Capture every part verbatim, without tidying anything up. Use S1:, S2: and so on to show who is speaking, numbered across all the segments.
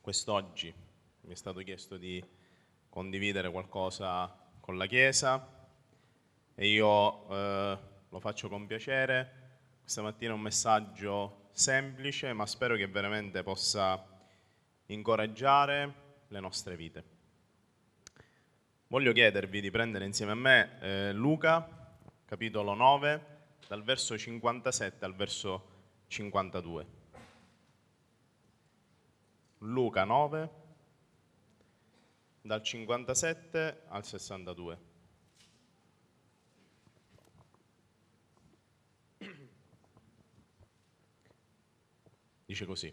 S1: Quest'oggi mi è stato chiesto di condividere qualcosa con la Chiesa e io eh, lo faccio con piacere. Questa mattina è un messaggio semplice, ma spero che veramente possa incoraggiare le nostre vite. Voglio chiedervi di prendere insieme a me eh, Luca, capitolo nove, dal verso cinquantasette al verso cinquantadue. Luca nove, dal cinquantasette al sessantadue. Dice così: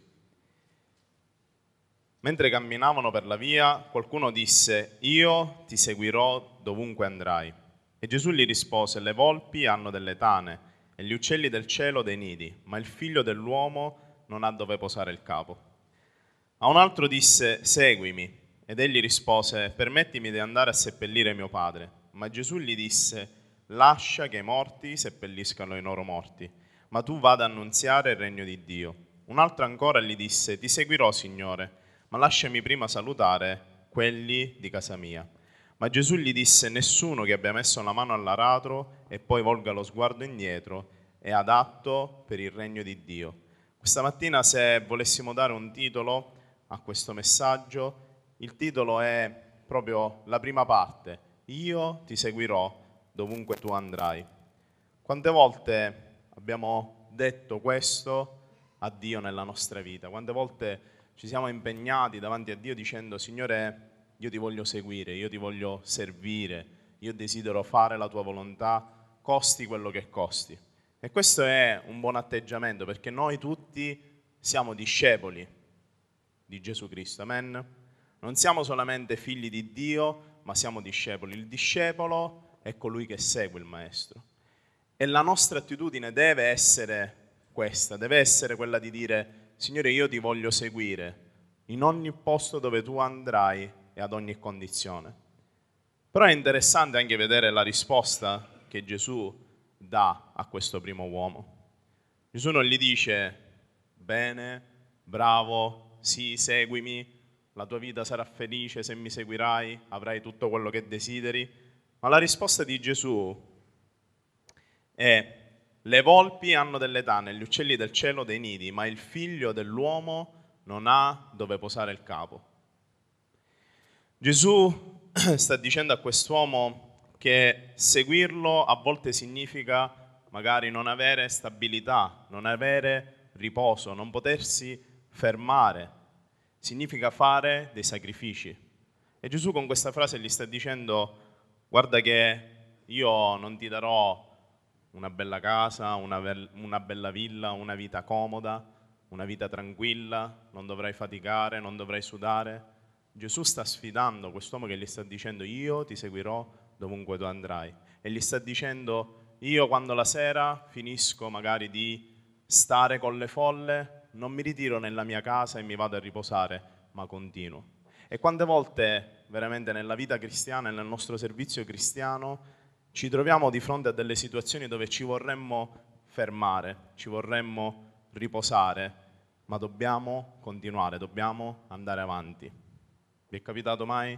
S1: mentre camminavano per la via, qualcuno disse: io ti seguirò dovunque andrai. E Gesù gli rispose: le volpi hanno delle tane e gli uccelli del cielo dei nidi, ma il figlio dell'uomo non ha dove posare il capo. A un altro disse: seguimi. Ed egli rispose: permettimi di andare a seppellire mio padre. Ma Gesù gli disse: lascia che i morti seppelliscano i loro morti, ma tu vada ad annunziare il regno di Dio. Un altro ancora gli disse: ti seguirò, Signore, ma lasciami prima salutare quelli di casa mia. Ma Gesù gli disse: nessuno che abbia messo la mano all'aratro e poi volga lo sguardo indietro è adatto per il regno di Dio. Questa mattina, se volessimo dare un titolo a questo messaggio, il titolo è proprio la prima parte: io ti seguirò dovunque tu andrai. Quante volte abbiamo detto questo a Dio nella nostra vita? Quante volte ci siamo impegnati davanti a Dio dicendo: Signore, io ti voglio seguire, io ti voglio servire, io desidero fare la tua volontà, costi quello che costi. E questo è un buon atteggiamento, perché noi tutti siamo discepoli di Gesù Cristo, amen? Non siamo solamente figli di Dio, ma siamo discepoli. Il discepolo è colui che segue il Maestro. E la nostra attitudine deve essere questa, deve essere quella di dire: Signore, io ti voglio seguire in ogni posto dove tu andrai e ad ogni condizione. Però è interessante anche vedere la risposta che Gesù dà a questo primo uomo. Gesù non gli dice: bene, bravo, sì, seguimi, la tua vita sarà felice se mi seguirai, avrai tutto quello che desideri. Ma la risposta di Gesù è: le volpi hanno delle tane, gli uccelli del cielo dei nidi, ma il figlio dell'uomo non ha dove posare il capo. Gesù sta dicendo a quest'uomo che seguirlo a volte significa magari non avere stabilità, non avere riposo, non potersi fermare, significa fare dei sacrifici. E Gesù con questa frase gli sta dicendo: guarda che io non ti darò una bella casa, una, be- una bella villa, una vita comoda, una vita tranquilla, non dovrai faticare, non dovrai sudare. Gesù sta sfidando quest'uomo che gli sta dicendo: io ti seguirò dovunque tu andrai. E gli sta dicendo: io quando la sera finisco magari di stare con le folle, non mi ritiro nella mia casa e mi vado a riposare, ma continuo. E quante volte veramente nella vita cristiana e nel nostro servizio cristiano ci troviamo di fronte a delle situazioni dove ci vorremmo fermare, ci vorremmo riposare, ma dobbiamo continuare, dobbiamo andare avanti. Vi è capitato mai?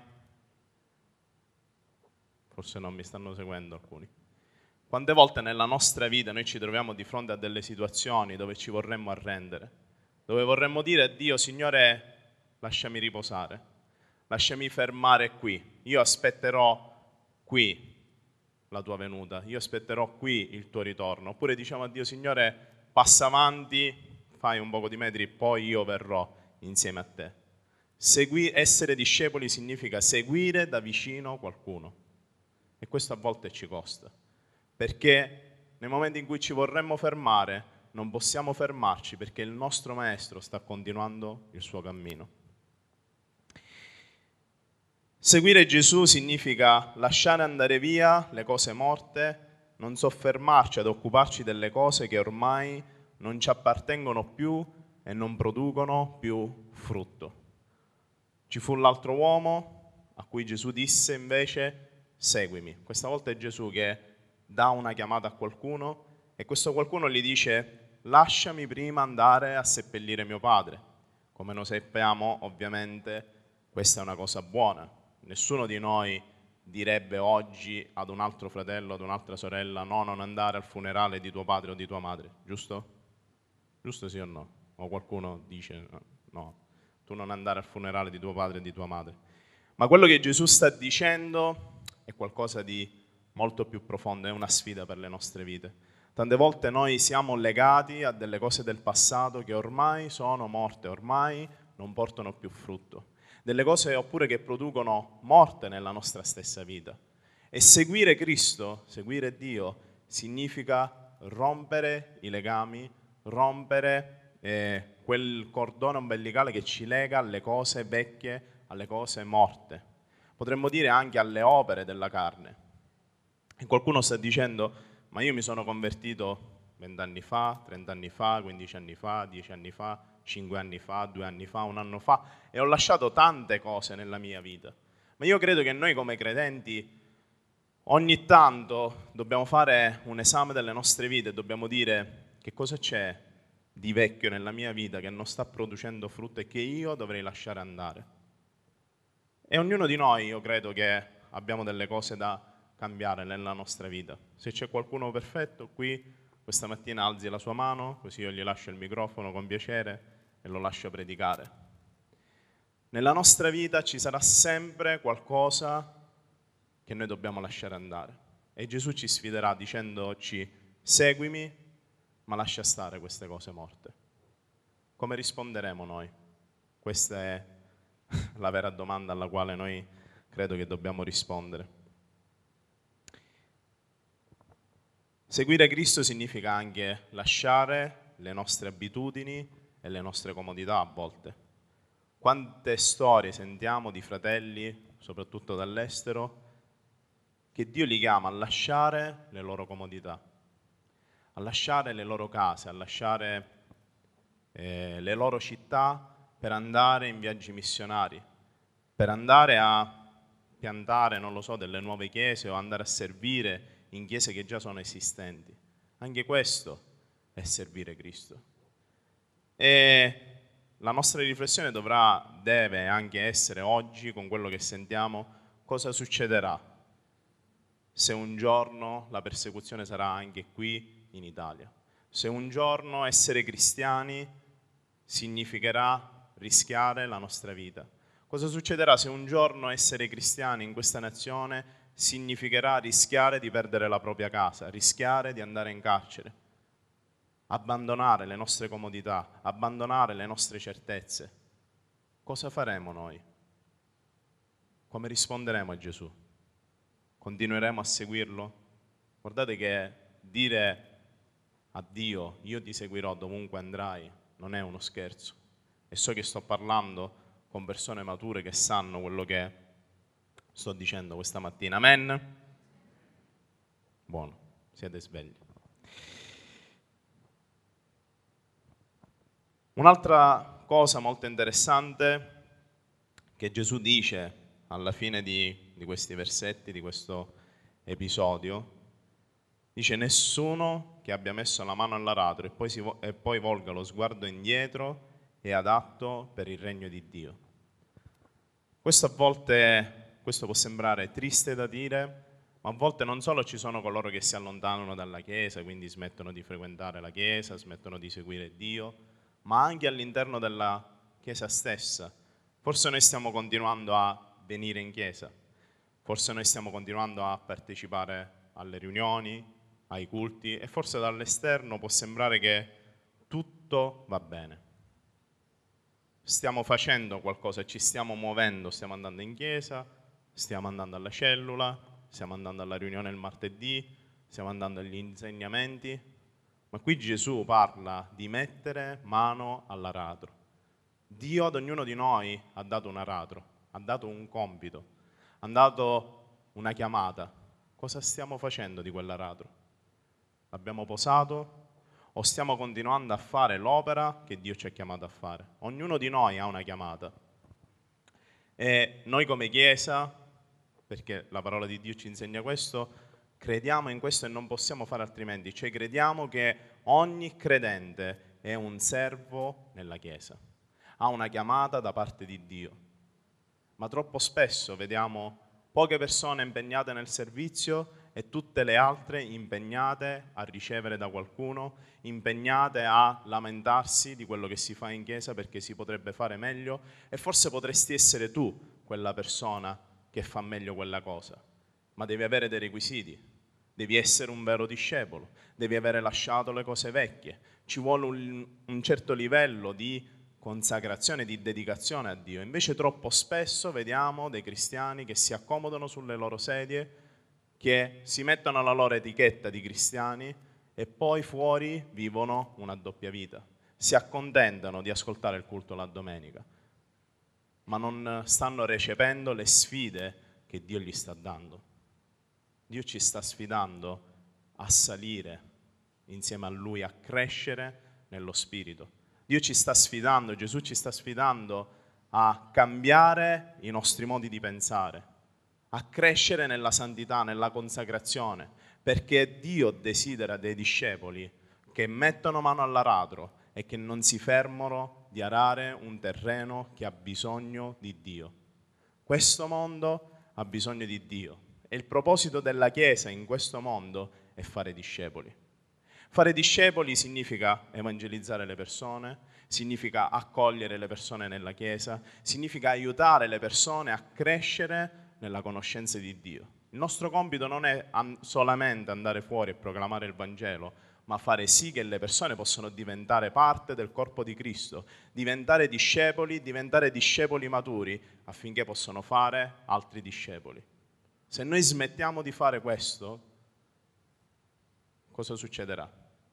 S1: Forse non mi stanno seguendo alcuni. Quante volte nella nostra vita noi ci troviamo di fronte a delle situazioni dove ci vorremmo arrendere, dove vorremmo dire a Dio: Signore, lasciami riposare, lasciami fermare qui, io aspetterò qui la tua venuta, io aspetterò qui il tuo ritorno. Oppure diciamo a Dio: Signore, passa avanti, fai un poco di metri, poi io verrò insieme a te. Segui, essere discepoli significa seguire da vicino qualcuno, e questo a volte ci costa, perché nel momento in cui ci vorremmo fermare non possiamo fermarci, perché il nostro Maestro sta continuando il suo cammino. Seguire Gesù significa lasciare andare via le cose morte, non soffermarci ad occuparci delle cose che ormai non ci appartengono più e non producono più frutto. Ci fu l'altro uomo a cui Gesù disse invece: seguimi. Questa volta è Gesù che dà una chiamata a qualcuno e questo qualcuno gli dice: lasciami prima andare a seppellire mio padre. Come noi sappiamo, ovviamente, questa è una cosa buona. Nessuno di noi direbbe oggi ad un altro fratello, ad un'altra sorella, no, non andare al funerale di tuo padre o di tua madre, giusto? Giusto sì o no? O qualcuno dice no, tu non andare al funerale di tuo padre e di tua madre. Ma quello che Gesù sta dicendo è qualcosa di molto più profondo, è una sfida per le nostre vite. Tante volte noi siamo legati a delle cose del passato che ormai sono morte, ormai non portano più frutto. Delle cose oppure che producono morte nella nostra stessa vita. E seguire Cristo, seguire Dio, significa rompere i legami, rompere eh, quel cordone ombelicale che ci lega alle cose vecchie, alle cose morte. Potremmo dire anche alle opere della carne. E qualcuno sta dicendo, ma io mi sono convertito vent'anni fa, trent'anni fa, quindici anni fa, dieci anni fa, cinque anni fa, due anni fa, un anno fa, e ho lasciato tante cose nella mia vita. Ma io credo che noi come credenti ogni tanto dobbiamo fare un esame delle nostre vite, dobbiamo dire che cosa c'è di vecchio nella mia vita che non sta producendo frutto e che io dovrei lasciare andare. E ognuno di noi, io credo che abbiamo delle cose da cambiare nella nostra vita. Se c'è qualcuno perfetto qui, questa mattina alzi la sua mano, così io gli lascio il microfono con piacere e lo lascio predicare. Nella nostra vita ci sarà sempre qualcosa che noi dobbiamo lasciare andare. E Gesù ci sfiderà dicendoci, seguimi, ma lascia stare queste cose morte. Come risponderemo noi? Questa è la vera domanda alla quale noi credo che dobbiamo rispondere. Seguire Cristo significa anche lasciare le nostre abitudini e le nostre comodità a volte. Quante storie sentiamo di fratelli, soprattutto dall'estero, che Dio li chiama a lasciare le loro comodità, a lasciare le loro case, a lasciare eh, le loro città per andare in viaggi missionari, per andare a piantare, non lo so, delle nuove chiese o andare a servire in chiese che già sono esistenti. Anche questo è servire Cristo. E la nostra riflessione dovrà, deve anche essere oggi, con quello che sentiamo, cosa succederà se un giorno la persecuzione sarà anche qui in Italia. Se un giorno essere cristiani significherà rischiare la nostra vita. Cosa succederà se un giorno essere cristiani in questa nazione significherà rischiare di perdere la propria casa, rischiare di andare in carcere, abbandonare le nostre comodità, abbandonare le nostre certezze? Cosa faremo noi? Come risponderemo a Gesù? Continueremo a seguirlo? Guardate che dire a Dio, io ti seguirò dovunque andrai, non è uno scherzo. E so che sto parlando con persone mature che sanno quello che sto dicendo questa mattina. Amen? Buono, siete svegli. Un'altra cosa molto interessante che Gesù dice alla fine di, di questi versetti, di questo episodio, dice: nessuno che abbia messo la mano all'aratro e poi, si, e poi volga lo sguardo indietro è adatto per il regno di Dio. Questo a volte, questo può sembrare triste da dire, ma a volte non solo ci sono coloro che si allontanano dalla Chiesa, quindi smettono di frequentare la Chiesa, smettono di seguire Dio, ma anche all'interno della Chiesa stessa. Forse noi stiamo continuando a venire in Chiesa, forse noi stiamo continuando a partecipare alle riunioni, ai culti, e forse dall'esterno può sembrare che tutto va bene. Stiamo facendo qualcosa, ci stiamo muovendo, stiamo andando in chiesa, stiamo andando alla cellula, stiamo andando alla riunione il martedì, stiamo andando agli insegnamenti, ma qui Gesù parla di mettere mano all'aratro. Dio ad ognuno di noi ha dato un aratro, ha dato un compito, ha dato una chiamata. Cosa stiamo facendo di quell'aratro? L'abbiamo posato? O stiamo continuando a fare l'opera che Dio ci ha chiamato a fare? Ognuno di noi ha una chiamata. E noi come Chiesa, perché la parola di Dio ci insegna questo, crediamo in questo e non possiamo fare altrimenti. Cioè crediamo che ogni credente è un servo nella Chiesa. ha una chiamata da parte di Dio. Ma troppo spesso vediamo poche persone impegnate nel servizio e tutte le altre impegnate a ricevere da qualcuno, impegnate a lamentarsi di quello che si fa in chiesa perché si potrebbe fare meglio, e forse potresti essere tu quella persona che fa meglio quella cosa, ma devi avere dei requisiti, devi essere un vero discepolo, devi avere lasciato le cose vecchie, ci vuole un, un certo livello di consacrazione, di dedicazione a Dio. Invece troppo spesso vediamo dei cristiani che si accomodano sulle loro sedie, che si mettono la loro etichetta di cristiani e poi fuori vivono una doppia vita. Si accontentano di ascoltare il culto la domenica, ma non stanno recependo le sfide che Dio gli sta dando. Dio ci sta sfidando a salire insieme a Lui, a crescere nello Spirito. Dio ci sta sfidando, Gesù ci sta sfidando a cambiare i nostri modi di pensare, a crescere nella santità, nella consacrazione, perché Dio desidera dei discepoli che mettono mano all'aratro e che non si fermano di arare un terreno che ha bisogno di Dio. Questo mondo ha bisogno di Dio e il proposito della Chiesa in questo mondo è fare discepoli. Fare discepoli significa evangelizzare le persone, significa accogliere le persone nella Chiesa, significa aiutare le persone a crescere nella conoscenza di Dio. Il nostro compito non è solamente andare fuori e proclamare il Vangelo, ma fare sì che le persone possano diventare parte del corpo di Cristo, diventare discepoli, diventare discepoli maturi, affinché possano fare altri discepoli. Se noi smettiamo di fare questo, cosa succederà?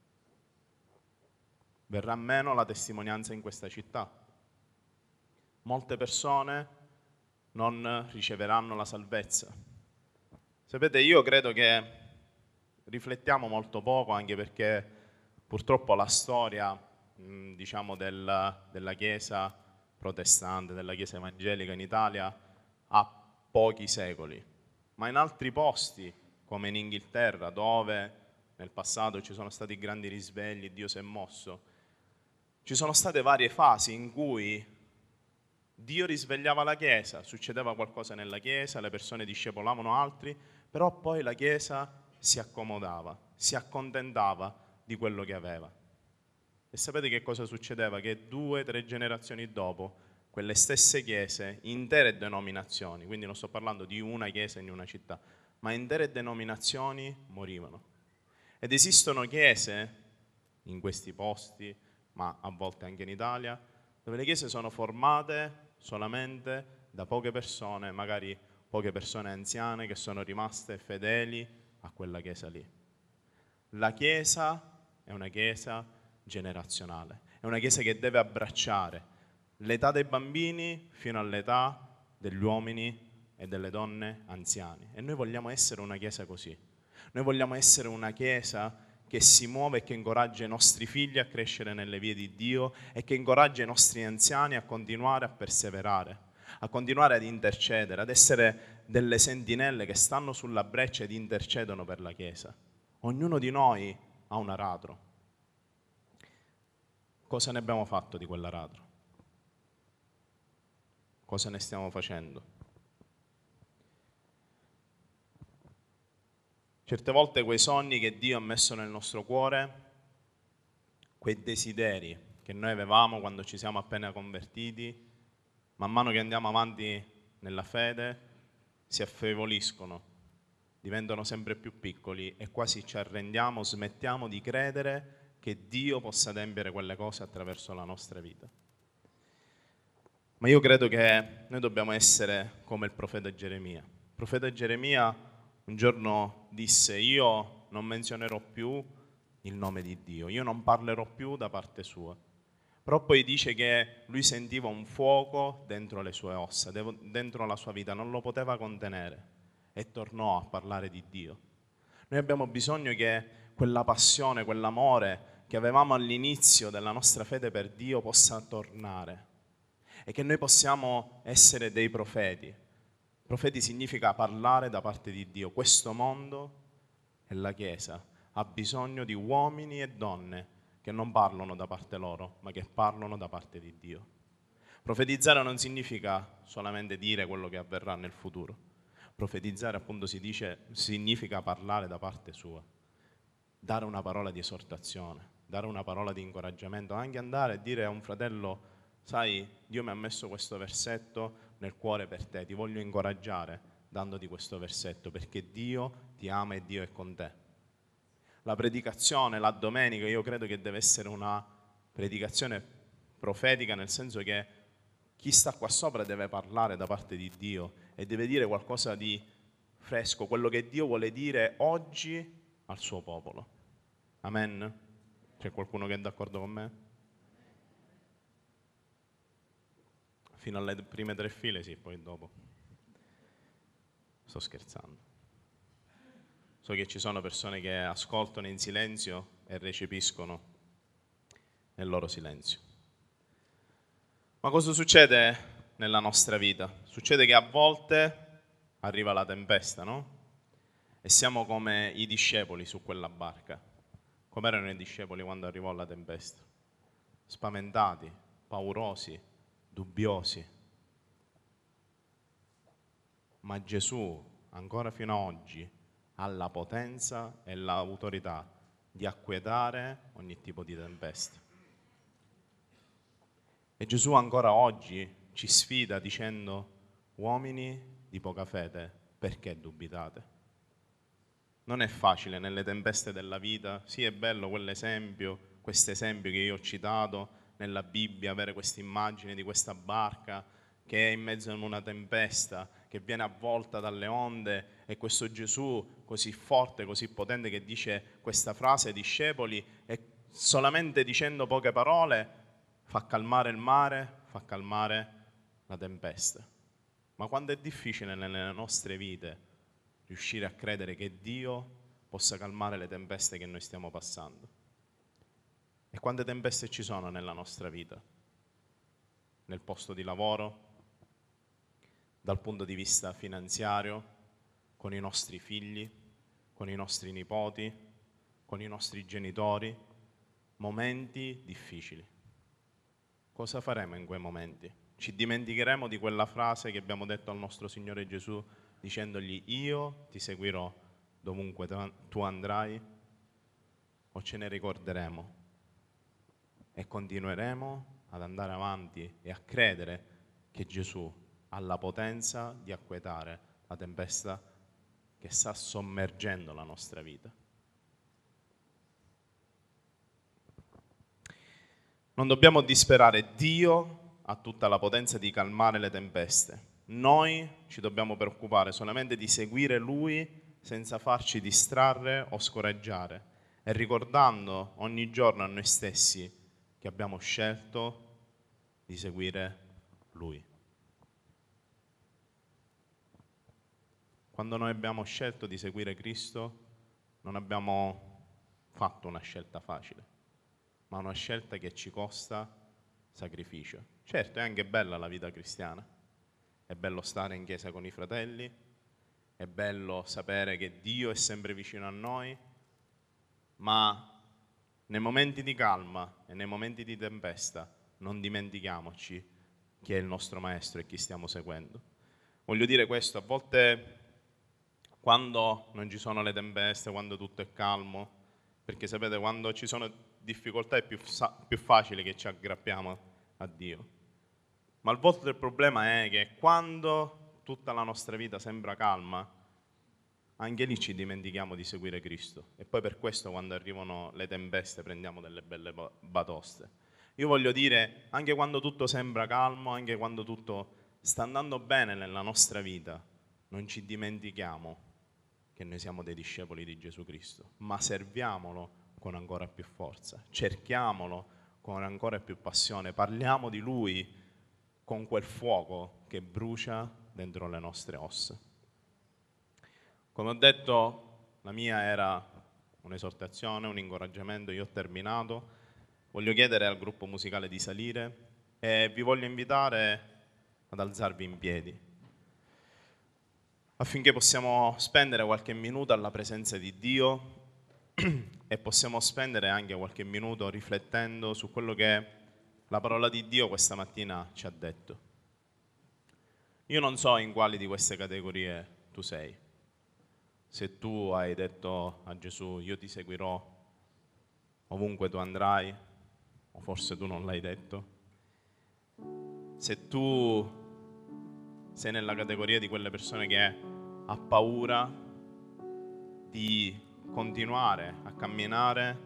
S1: Verrà meno la testimonianza in questa città. Molte persone non riceveranno la salvezza. Sapete, io credo che riflettiamo molto poco, anche perché purtroppo la storia, diciamo, del, della Chiesa protestante, della Chiesa evangelica in Italia ha pochi secoli, ma in altri posti, come in Inghilterra, dove nel passato ci sono stati grandi risvegli, Dio si è mosso, ci sono state varie fasi in cui Dio risvegliava la Chiesa, succedeva qualcosa nella Chiesa, le persone discepolavano altri, però poi la Chiesa si accomodava, si accontentava di quello che aveva. E sapete che cosa succedeva? Che due, tre generazioni dopo, quelle stesse chiese, intere denominazioni, quindi non sto parlando di una chiesa in una città, ma intere denominazioni morivano. Ed esistono chiese in questi posti, ma a volte anche in Italia, dove le chiese sono formate solamente da poche persone, magari poche persone anziane che sono rimaste fedeli a quella chiesa lì. La Chiesa è una Chiesa generazionale, è una Chiesa che deve abbracciare l'età dei bambini fino all'età degli uomini e delle donne anziani. E noi vogliamo essere una Chiesa così. Noi vogliamo essere una Chiesa che si muove e che incoraggia i nostri figli a crescere nelle vie di Dio e che incoraggia i nostri anziani a continuare a perseverare, a continuare ad intercedere, ad essere delle sentinelle che stanno sulla breccia ed intercedono per la Chiesa. Ognuno di noi ha un aratro. Cosa ne abbiamo fatto di quell'aratro? Cosa ne stiamo facendo? Certe volte quei sogni che Dio ha messo nel nostro cuore, quei desideri che noi avevamo quando ci siamo appena convertiti, man mano che andiamo avanti nella fede, si affievoliscono, diventano sempre più piccoli e quasi ci arrendiamo, smettiamo di credere che Dio possa adempiere quelle cose attraverso la nostra vita. Ma io credo che noi dobbiamo essere come il profeta Geremia. Il profeta Geremia un giorno disse: io non menzionerò più il nome di Dio, io non parlerò più da parte sua. Però poi dice che lui sentiva un fuoco dentro le sue ossa, dentro la sua vita, non lo poteva contenere e tornò a parlare di Dio. Noi abbiamo bisogno che quella passione, quell'amore che avevamo all'inizio della nostra fede per Dio possa tornare e che noi possiamo essere dei profeti. Profeti significa parlare da parte di Dio. Questo mondo e la Chiesa ha bisogno di uomini e donne che non parlano da parte loro, ma che parlano da parte di Dio. Profetizzare non significa solamente dire quello che avverrà nel futuro. Profetizzare, appunto, si dice, significa parlare da parte sua, dare una parola di esortazione, dare una parola di incoraggiamento, anche andare a dire a un fratello: sai, Dio mi ha messo questo versetto nel cuore per te, ti voglio incoraggiare dandoti questo versetto, perché Dio ti ama e Dio è con te. La predicazione, la domenica, io credo che deve essere una predicazione profetica, nel senso che chi sta qua sopra deve parlare da parte di Dio e deve dire qualcosa di fresco, quello che Dio vuole dire oggi al suo popolo. Amen? C'è qualcuno che è d'accordo con me? Fino alle prime tre file, sì, poi dopo. Sto scherzando. So che ci sono persone che ascoltano in silenzio e recepiscono nel loro silenzio. Ma cosa succede nella nostra vita? Succede che a volte arriva la tempesta, no? E siamo come i discepoli su quella barca. Come erano i discepoli quando arrivò la tempesta? Spaventati, paurosi, dubbiosi. Ma Gesù, ancora fino ad oggi, ha la potenza e l'autorità di acquietare ogni tipo di tempesta. E Gesù ancora oggi ci sfida dicendo: uomini di poca fede, perché dubitate? Non è facile nelle tempeste della vita, sì, è bello quell'esempio, questo esempio che io ho citato nella Bibbia, avere questa immagine di questa barca che è in mezzo a una tempesta, che viene avvolta dalle onde, e questo Gesù così forte, così potente, che dice questa frase ai discepoli, e solamente dicendo poche parole fa calmare il mare, fa calmare la tempesta. Ma quando è difficile nelle nostre vite riuscire a credere che Dio possa calmare le tempeste che noi stiamo passando? E quante tempeste ci sono nella nostra vita? Nel posto di lavoro, dal punto di vista finanziario, con i nostri figli, con i nostri nipoti, con i nostri genitori, momenti difficili. Cosa faremo in quei momenti? Ci dimenticheremo di quella frase che abbiamo detto al nostro Signore Gesù, dicendogli: io ti seguirò dovunque tu andrai? O ce ne ricorderemo e continueremo ad andare avanti e a credere che Gesù ha la potenza di acquietare la tempesta che sta sommergendo la nostra vita? Non dobbiamo disperare, Dio ha tutta la potenza di calmare le tempeste. Noi ci dobbiamo preoccupare solamente di seguire Lui senza farci distrarre o scoraggiare e ricordando ogni giorno a noi stessi che abbiamo scelto di seguire Lui. Quando noi abbiamo scelto di seguire Cristo, non abbiamo fatto una scelta facile, ma una scelta che ci costa sacrificio. Certo, è anche bella la vita cristiana, è bello stare in chiesa con i fratelli, è bello sapere che Dio è sempre vicino a noi, ma nei momenti di calma e nei momenti di tempesta non dimentichiamoci chi è il nostro Maestro e chi stiamo seguendo. Voglio dire questo: a volte, quando non ci sono le tempeste, quando tutto è calmo, perché sapete, quando ci sono difficoltà è più, più facile che ci aggrappiamo a Dio. Ma il volto del problema è che quando tutta la nostra vita sembra calma, anche lì ci dimentichiamo di seguire Cristo. E poi per questo quando arrivano le tempeste prendiamo delle belle batoste. Io voglio dire, anche quando tutto sembra calmo, anche quando tutto sta andando bene nella nostra vita, non ci dimentichiamo che noi siamo dei discepoli di Gesù Cristo, ma serviamolo con ancora più forza, cerchiamolo con ancora più passione, parliamo di Lui con quel fuoco che brucia dentro le nostre ossa. Come ho detto, la mia era un'esortazione, un incoraggiamento, io ho terminato. Voglio chiedere al gruppo musicale di salire e vi voglio invitare ad alzarvi in piedi, affinché possiamo spendere qualche minuto alla presenza di Dio e possiamo spendere anche qualche minuto riflettendo su quello che La parola di Dio questa mattina ci ha detto. Io non so in quali di queste categorie tu sei. Se tu hai detto a Gesù, io ti seguirò ovunque tu andrai, o forse tu non l'hai detto. Se tu sei nella categoria di quelle persone che ha paura di continuare a camminare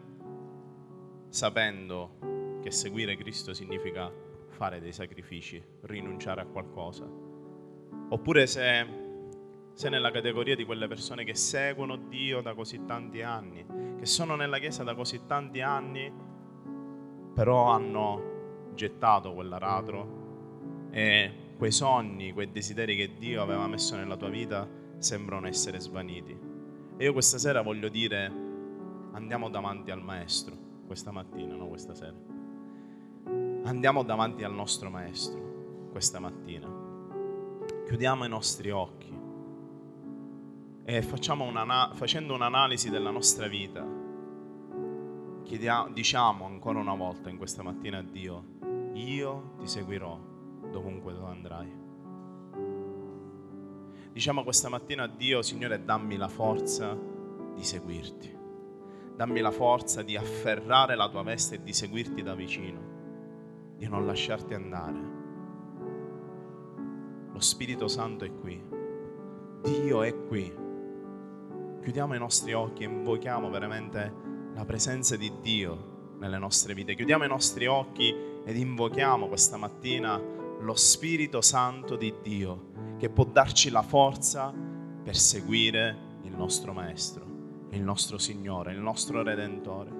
S1: sapendo che seguire Cristo significa fare dei sacrifici, rinunciare a qualcosa. Oppure se sei nella categoria di quelle persone che seguono Dio da così tanti anni, che sono nella Chiesa da così tanti anni, però hanno gettato quell'aratro e quei sogni, quei desideri che Dio aveva messo nella tua vita sembrano essere svaniti. E io questa sera voglio dire, andiamo davanti al Maestro, questa mattina, no questa sera. Andiamo davanti al nostro Maestro questa mattina. Chiudiamo i nostri occhi e facciamo una, facendo un'analisi della nostra vita, chiediamo, diciamo ancora una volta in questa mattina a Dio, io ti seguirò dovunque tu andrai. Diciamo questa mattina a Dio, Signore, dammi la forza di seguirti. Dammi la forza di afferrare la tua veste e di seguirti da vicino, di non lasciarti andare. Lo Spirito Santo è qui, Dio è qui. Chiudiamo i nostri occhi e invochiamo veramente la presenza di Dio nelle nostre vite. Chiudiamo i nostri occhi ed invochiamo questa mattina lo Spirito Santo di Dio che può darci la forza per seguire il nostro Maestro, il nostro Signore, il nostro Redentore.